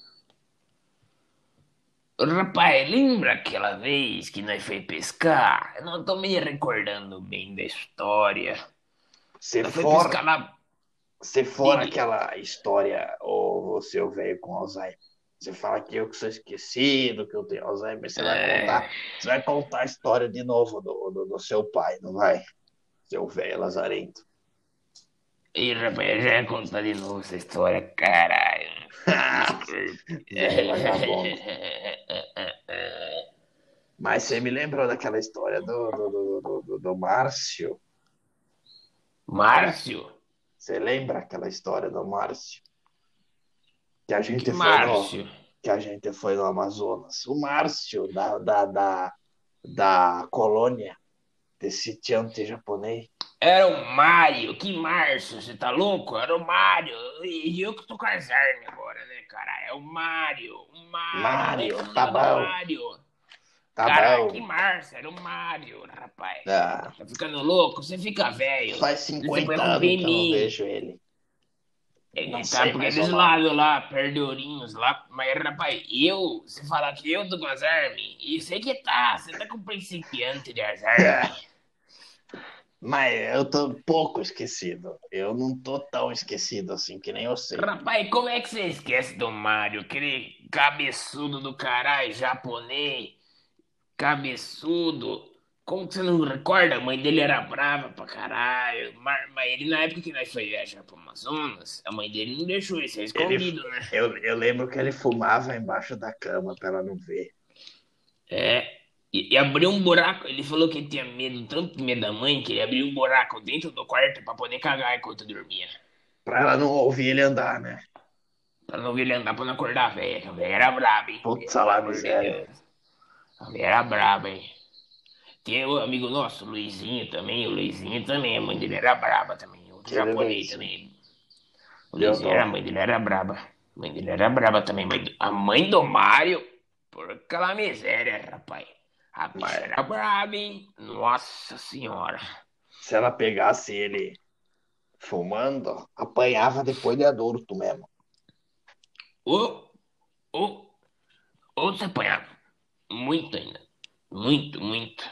Rapaz, lembra aquela vez que nós foi pescar? Eu não tô me recordando bem da história. Se Nós foi for, pescar lá. se for Diga. aquela história, ou você, o velho com Alzheimer, você fala que eu que sou esquecido, que eu tenho Alzheimer, É... você vai contar a história de novo do seu pai, não vai? Seu velho lazarento. Ih, rapaz, eu já ia contar de novo essa história, caralho. Desculpe. Velho vagabundo. Mas você me lembrou daquela história do Márcio? Márcio? Você lembra aquela história do Márcio? Que a Que gente foi no, Márcio? que a gente foi no Amazonas. O Márcio da colônia desse sitiante japonês. Era o Mário. Que Márcio? Você tá louco? Era o Mário. E eu que tô com Alzheimer agora, né, cara? É o Mário. O Mário. Nem Mário, tá fudeu do bom, Mário. tá Cara, que bom. Márcio? Era o Mário, rapaz. Ah, Tá ficando louco? Você fica velho. faz Você pode 50 confiar anos em que eu não mim. vejo ele. Não Ele tá sei por mais o aqueles nome. lados lá, perdurinhos lá. Mas, rapaz, se falar que eu tô com Alzheimer, e você que tá, você tá com principiante de Alzheimer. Mas eu tô um pouco esquecido. Eu não tô tão esquecido assim que nem eu sei. Rapaz, como é que você esquece do Mario? Aquele cabeçudo do caralho, japonês, cabeçudo. Como que você não recorda? A mãe dele era brava pra caralho. Mas ele, na época que nós foi viajar pro Amazonas, a mãe dele não deixou ele ser Ele, escondido, né? eu lembro que ele fumava embaixo da cama pra ela não ver. É. E abriu um buraco. Ele falou que tinha medo, tanto medo da mãe, que ele abriu um buraco dentro do quarto pra poder cagar enquanto dormia. Pra ela não ouvir ele andar, né? Pra não ver ele andar pra não acordar a velha, que a velha era braba, hein? Putz, Pelo lá, amor de miséria. Deus. A velha era braba, hein? Tem o amigo nosso, o Luizinho também. O Luizinho também, a mãe dele era braba também. Outro Aquele japonês Luizinho. também. O Deu Luizinho, dó. a mãe dele era braba. A mãe dele era braba também. A mãe do Mário, por aquela miséria, rapaz. A bicha Mas era braba, hein? Nossa senhora. se ela pegasse ele fumando, apanhava depois de adulto mesmo. Ô, ô, ô, você apanhava. Muito ainda. Muito, muito.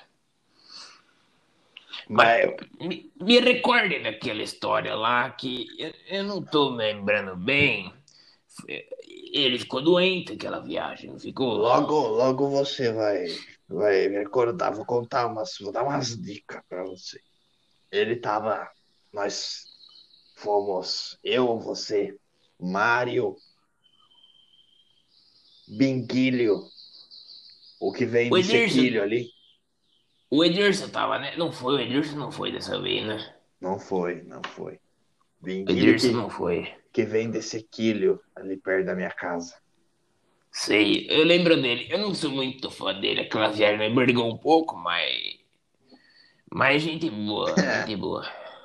Mas Mas me recorde daquela história lá que eu não tô lembrando bem. Ele ficou doente aquela viagem, não ficou? logo você vai me recordar. Vou dar umas dicas pra você. Ele tava, nós fomos, eu, você, Mário, Binguilho, o que vem O de Edirson, sequilho ali. o Edirson tava, né? Não foi, o Edirson não foi dessa vez, né? Não foi, não foi. O Binguilho Edirson não foi. que vem de sequilho ali perto da minha casa. Sei, eu lembro dele. Eu não sou muito fã dele, aquela viagem me brigou um pouco, mas gente boa, gente boa.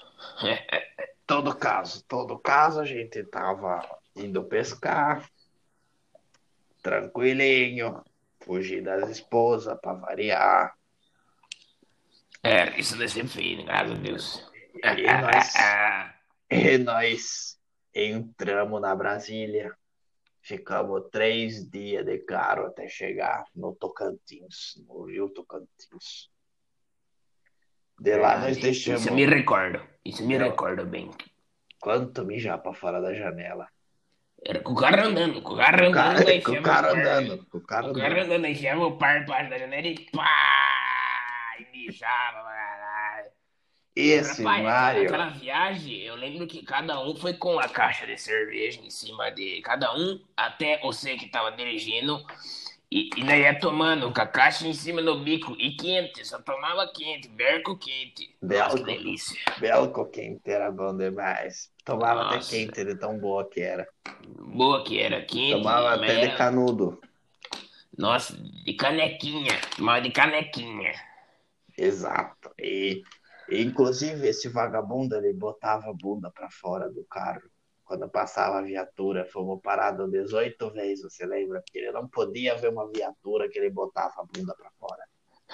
Todo caso, a gente tava indo pescar, tranquilinho, fugir das esposas para variar. É, isso deve ser feio, graças a Deus. E nós, e nós entramos na Brasília, ficamos 3 dias de carro até chegar no Tocantins, no Rio Tocantins. De lá nós Verdade, isso eu me deixamos, recordo. Isso eu me meu, recordo bem. quanto mijar para fora da janela. Era com o carro andando, nós Com o enfiamos o cara par. andando, com o Com cara o carro andando. andando, nós enfiamos o par debaixo da janela e pá! E mijava, caralho. E, Esse rapaz, Mário, aquela viagem, eu lembro que cada um foi com a caixa de cerveja em cima de cada um, até você que tava dirigindo, e nós ia tomando com a caixa em cima do bico, e quente, só tomava quente, berco quente. Nossa, que Belco, delícia. Belco quente era bom demais. Tomava até Nossa, quente de tão boa que era. boa que era, quente, Tomava mas até de era, canudo. nossa, de canequinha, tomava de canequinha. Exato. Inclusive esse vagabundo ele botava a bunda para fora do carro. Quando passava a viatura, fomos parados 18 vezes, você lembra? Porque ele não podia ver uma viatura que ele botava a bunda para fora.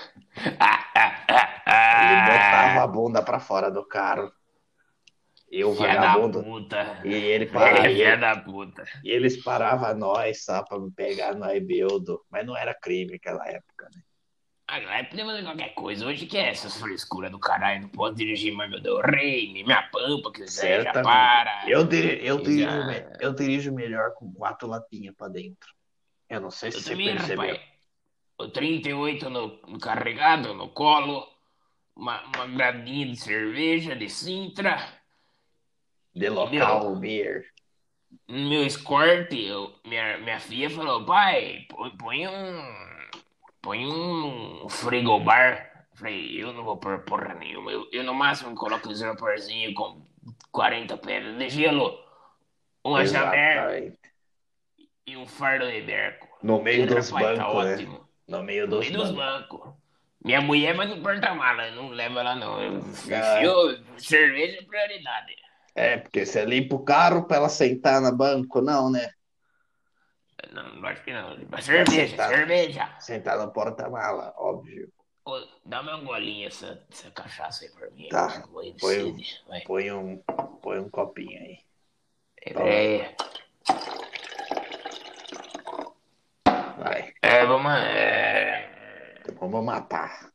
Ele botava a bunda para fora do carro. E o Filha da vagabundo, puta. e ele para, Velho, filha da puta. e eles paravam nós, só pra me pegar nós beudo. Mas não era crime naquela época, né? Agora podia fazer qualquer coisa. Hoje que é essas frescuras do caralho. Não posso dirigir mais meu Deus Rei, nem minha pampa, que quiser, já Certamente. para. E já... Eu dirijo melhor com 4 latinhas pra dentro. Eu não sei se Eu você também, percebeu. rapaz. O 38 no carregado, no colo. Uma gradinha de cerveja, de Sintra. De E, meu, local, beer. no meu escort, minha filha falou, pai, põe um. põe um frigobar. Falei, eu não vou pôr porra nenhuma. Eu no máximo coloco um isoporzinho com 40 pedras de gelo, uma jamé Exatamente. e um fardo de berco. No E meio dos rapaz, tá bancos, né? ótimo. No meio No dos meio dos bancos. bancos. Minha mulher vai no porta-mala, eu não leva ela não. Eu É, enfio cerveja é prioridade. porque você limpa o carro pra ela sentar no banco, não, né? Não, não acho que não. Mas Vai cerveja, sentar, cerveja. sentar no porta-mala, óbvio. Ô, dá-me uma golinha essa cachaça aí pra mim. Tá, Tô morrendo de põe, um- sede. Vai. põe um, põe um copinho aí. Pera Toma, aí. vai. Vamos. Vamos matar.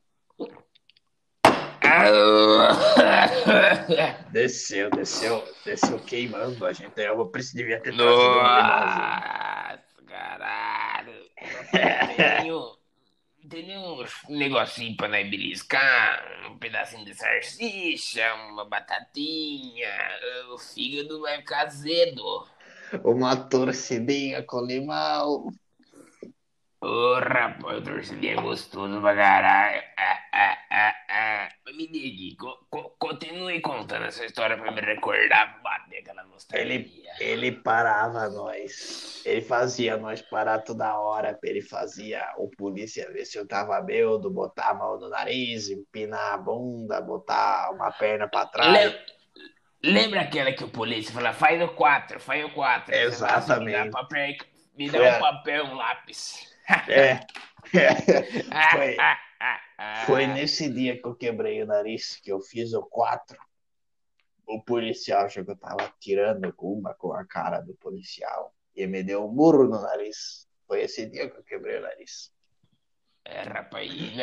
Desceu queimando a gente. Devia ter trazido uma limãozinha. Nossa, caralho. Rapaz, tem nenhum negocinho pra nós beliscar? Um pedacinho de salsicha, uma batatinha. O fígado vai ficar azedo. Uma torcidinha com limão. Ô, rapaz, o torcidinho é gostoso pra caralho. Me diga, continue contando essa história pra me recordar, bater aquela Ele, nostalgia. ele parava nós. Ele fazia nós parar toda hora. Ele fazia o polícia ver se eu tava bêbado, botar a mão no nariz, empinar a bunda, botar uma perna pra trás. Le- Lembra aquela que o polícia fala, faz o 4, faz o 4. Você fala assim, Exatamente. me dá Foi um a, papel, um lápis. é, foi, foi nesse dia que eu quebrei o nariz, que eu fiz o 4. O policial achou que eu tava tirando com a cara do policial. E me deu um murro no nariz. Foi esse dia que eu quebrei o nariz. Rapaz, e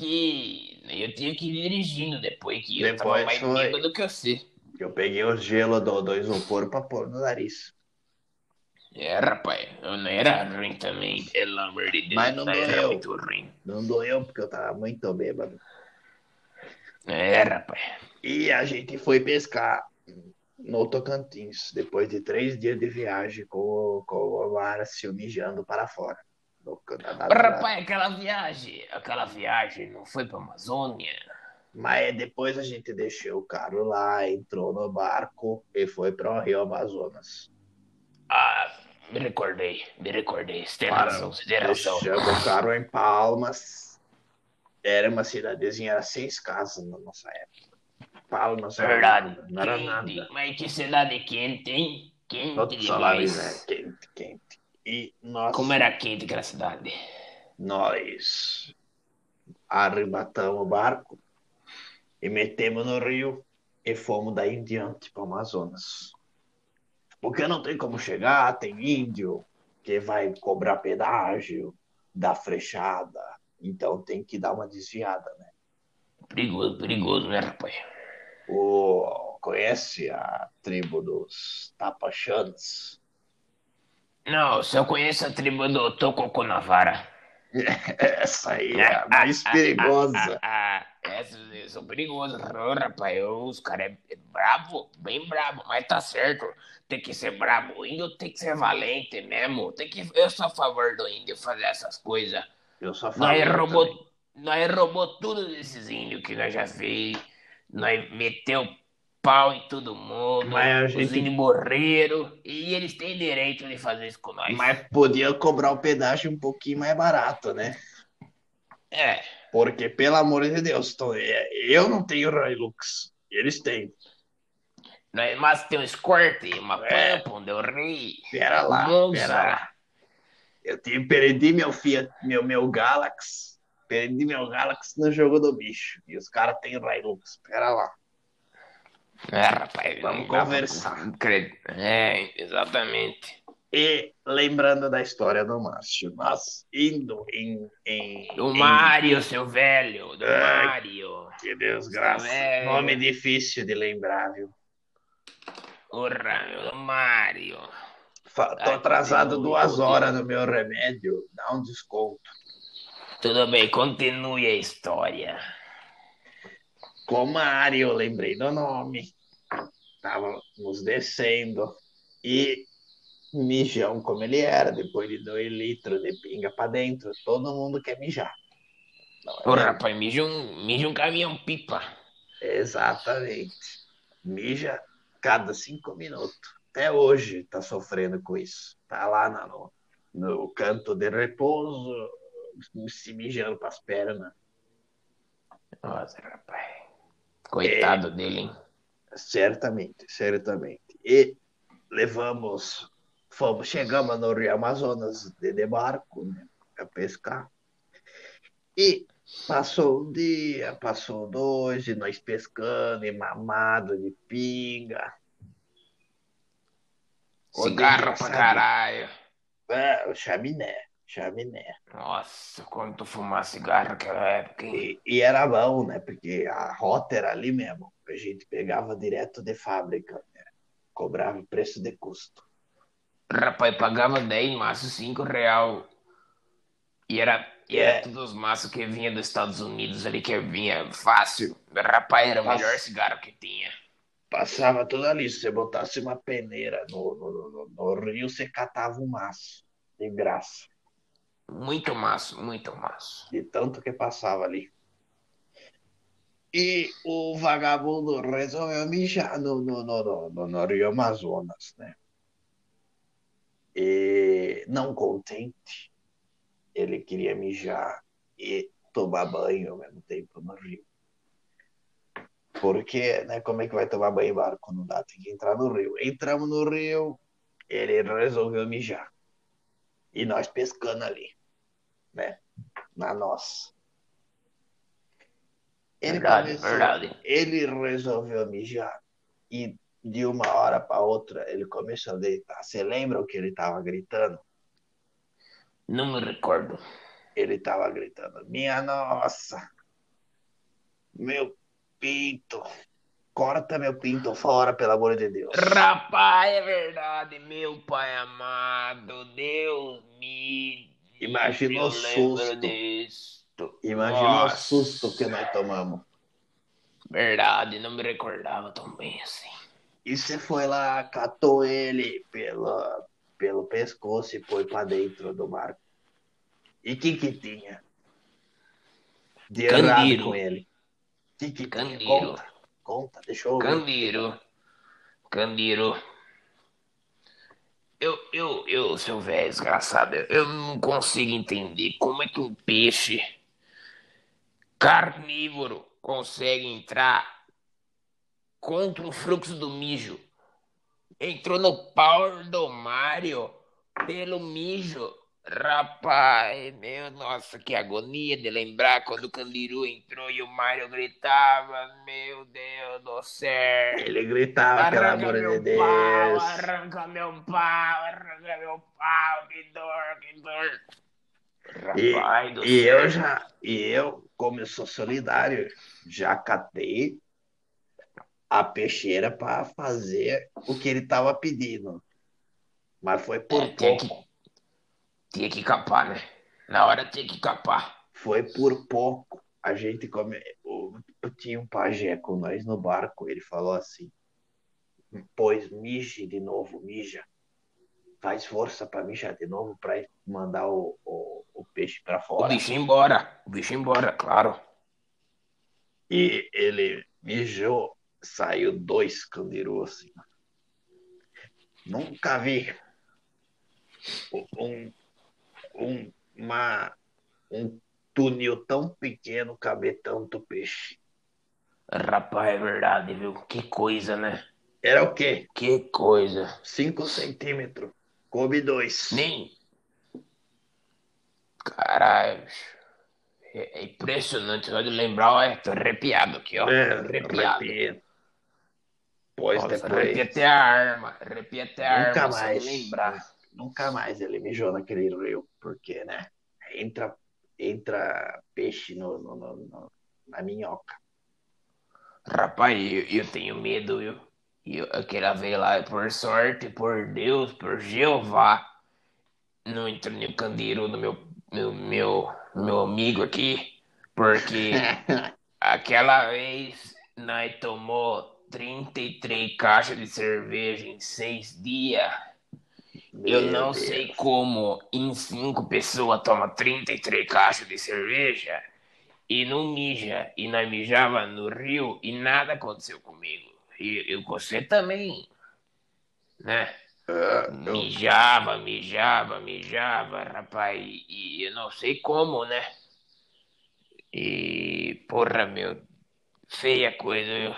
eu tive que ir dirigindo depois, que eu tava Depois mais foi bêbado que você. que eu peguei o gelo do isopor pra pôr no nariz. Rapaz, eu não era ruim também, pelo amor de Mas Deus, não não era doeu. muito ruim. Não doeu porque eu tava muito bêbado. Rapaz. E a gente foi pescar no Tocantins, depois de 3 dias de viagem com o Márcio mijando para fora. Rapaz, aquela viagem não foi pra Amazônia? Mas depois a gente deixou o carro lá, entrou no barco e foi para o Rio Amazonas. Ah, me recordei, você tem razão, você tem razão. Deixamos o carro em Palmas. Era uma cidadezinha, era 6 casas na nossa época. Palmas era Verdade, nada, não era quente, nada. mas que cidade quente, hein? Quente Todos salários, né? demais. Quente, quente. E Como era quente aquela cidade? nós arrebatamos o barco e metemos no rio e fomos daí em diante para o Amazonas. Porque não tem como chegar, tem índio que vai cobrar pedágio, dar frechada, então tem que dar uma desviada, né? Perigoso, perigoso, né, rapaz? Conhece a tribo dos Tapaxãs? Não, só conheço a tribo do Tococonavara. Essa aí é a mais perigosa. Essas são perigosas, ô, rapaz. Os caras é brabo, bem brabo, mas tá certo. Tem que ser brabo. O índio tem que ser valente mesmo. Eu sou a favor do índio fazer essas coisas. Eu sou a Nós favor também. roubou, nós roubou tudo desses índios que nós já fez. Nós meteu pau em todo mundo. Mas a Os gente índios morreram. E eles têm direito de fazer isso com nós. mas podia cobrar o pedágio um pouquinho mais barato, né? É. Porque, pelo amor de Deus, eu não tenho Hilux. Eles têm. Mas tem um Escort, uma É, Pampa, um Del Rey, pera um lá, pera Monza. lá. Perdi meu Fiat, meu Galaxy. Perdi meu Galaxy no jogo do bicho. E os caras têm Hilux. Pera lá. Rapaz, Vamos não dá pra conversar. crer. Exatamente. E lembrando da história do Márcio, nós indo Do Mário, seu velho, do Ai, Mário. que Seu desgraça. Nome velho. difícil de lembrar, viu? Porra, do Mário. Tô atrasado Continue, 2 horas continue. no meu remédio. Dá um desconto. Tudo bem, continue a história. Com Mário, eu lembrei do nome. Estávamos descendo. E mijão como ele era, depois de 2 litros de pinga para dentro, todo mundo quer mijar. Não é Ô, mesmo? rapaz, mija um caminhão-pipa. Exatamente. Mija cada 5 minutos. Até hoje tá sofrendo com isso. Tá lá no canto de repouso, se mijando pras pernas. Nossa, rapaz. É, Coitado dele, hein? certamente, certamente. E chegamos no Rio Amazonas de barco, né, a pescar. E passou um dia, passou dois, e nós pescando, e mamado de pinga. Quando Cigarro pra engraçado, caralho. o chaminé, chaminé. Nossa, quando tu fumar cigarro naquela época, hein? E era bom, né? Porque a rota era ali mesmo. A gente pegava direto de fábrica, né? Cobrava preço de custo. Rapaz, pagava 10 maços, R$ 5. E era É, todos os maços que vinha dos Estados Unidos ali, que vinha fácil. Rapaz, era o melhor pass- cigarro que tinha. passava tudo ali. Se você botasse uma peneira no rio, você catava um maço. De graça. Muito maço, muito maço. De tanto que passava ali. E o vagabundo resolveu mijar no Rio Amazonas, né? E não contente, ele queria mijar e tomar banho ao mesmo tempo no rio. Porque, né, como é que vai tomar banho em barco? Não dá, tem que entrar no rio. Entramos no rio, ele resolveu mijar. E nós pescando ali, né, na nossa. Ele Verdade, começou, verdade. ele resolveu mijar e de uma hora para outra ele começou a deitar. Você lembra o que ele estava gritando? Não me recordo. Ele estava gritando: Minha nossa, meu pinto, corta meu pinto fora, pelo amor de Deus. Rapaz, é verdade, meu pai amado. Deus me livre, Imagina o eu lembro susto. disto. Imagina o susto que Nossa, nós tomamos. verdade, não me recordava tão bem assim. E você foi lá, catou ele pelo pescoço e foi para dentro do barco. E o que tinha de errado Candiru, com ele? O que tinha? Candiru, Conta, conta, deixa eu ouvir. Candiru, Candiru. Seu velho desgraçado, eu não consigo entender como é que um peixe carnívoro consegue entrar contra o fluxo do mijo. Entrou no power do Mario pelo mijo. Rapaz, meu, nossa, que agonia de lembrar quando o Candiru entrou e o Mario gritava: Meu Deus do céu, Ele gritava, pelo arranca amor de meu pau, Deus. arranca meu pau, arranca meu pau, que dor, que dor. E, Rapaz do eu céu. já, como eu sou solidário, já catei a peixeira para fazer o que ele estava pedindo. Mas foi É, por tinha que, pouco. tinha que capar, né? Na hora tinha que capar. Foi por pouco. A gente tinha um pajé com nós no barco. Ele falou assim: Pois mije de novo, mija. Faz força para mijar de novo para mandar o peixe para fora. O bicho ia embora, claro. E ele mijou, saiu dois candirus assim. Nunca vi um, um tunil tão pequeno caber tanto peixe. Rapaz, é verdade, viu? Que coisa, né? Era o quê? Que coisa. 5 centímetros. Coube dois. Nem. Caralho. É impressionante. Só de lembrar, olha, tô arrepiado aqui, ó. É, Arrepiado. arrepia. Pois Nossa, arrepia depois, até a arma. Arrepia até a nunca arma só de mais, lembrar. nunca mais ele mijou naquele rio, porque, né? Entra, entra peixe na minhoca. Rapaz, eu tenho medo, viu? Aquela vez lá, por sorte, por Deus, por Jeová, não entrou nenhum candeeiro no meu amigo aqui, porque aquela vez nós tomou 33 caixas de cerveja em 6 dias. Eu Meu não sei Deus. como em 5 pessoas toma 33 caixas de cerveja. e não mija. E nós mijava no rio e nada aconteceu comigo. E você também, né? Ah, Mijava, rapaz. E eu não sei como, né? E, porra, meu, feia coisa, viu?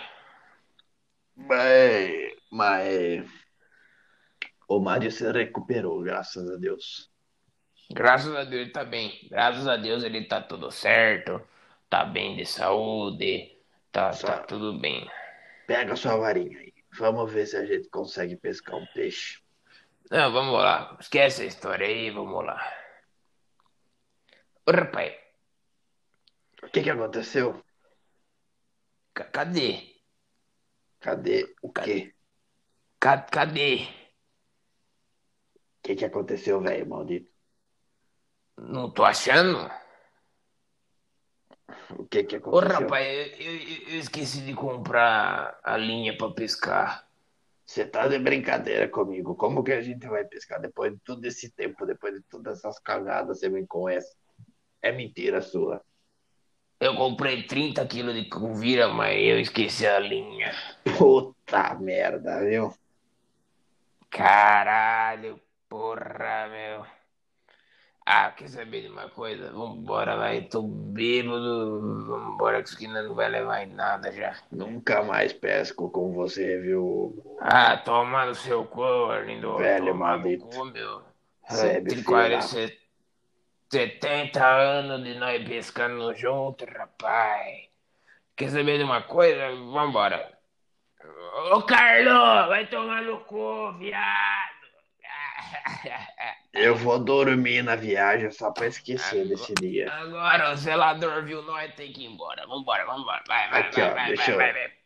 mas o Mário se recuperou, graças a Deus. Graças a Deus ele tá bem. Graças a Deus ele tá tudo certo. Tá bem de saúde. Tá Só tudo bem. pega sua varinha aí. Vamos ver se a gente consegue pescar um peixe. Não, vamos lá. Esquece a história aí, vamos lá. Ô, rapaz, O que que aconteceu? cadê? Cadê o quê? Cadê? O que que aconteceu, velho, maldito? Não tô achando. O que que Ô, aconteceu? rapaz, eu esqueci de comprar a linha pra pescar. Você tá de brincadeira comigo. Como que a gente vai pescar depois de todo esse tempo, depois de todas essas cagadas, você vem com essa? É mentira sua. Eu comprei 30 quilos de cuvira, mas eu esqueci a linha. Puta merda, viu? Caralho, porra, meu. Ah, quer saber de uma coisa? Vambora, vai. Tô bêbado. Vambora, que isso aqui não vai levar em nada já. Nunca mais pesco com você, viu? Ah, toma no seu cu, lindo. Velho Toma no maldito. cu, meu. Sério, filho da... 70 anos de nós pescando junto, rapaz. Quer saber de uma coisa? Vambora. Ô, Carlos, vai tomar no cu, viado. Eu vou dormir na viagem só pra esquecer Agora, desse dia. agora o zelador viu nós, tem que ir embora. Vambora. Vai, vai, Aqui, vai, ó, vai, deixa vai, vai, eu, vai.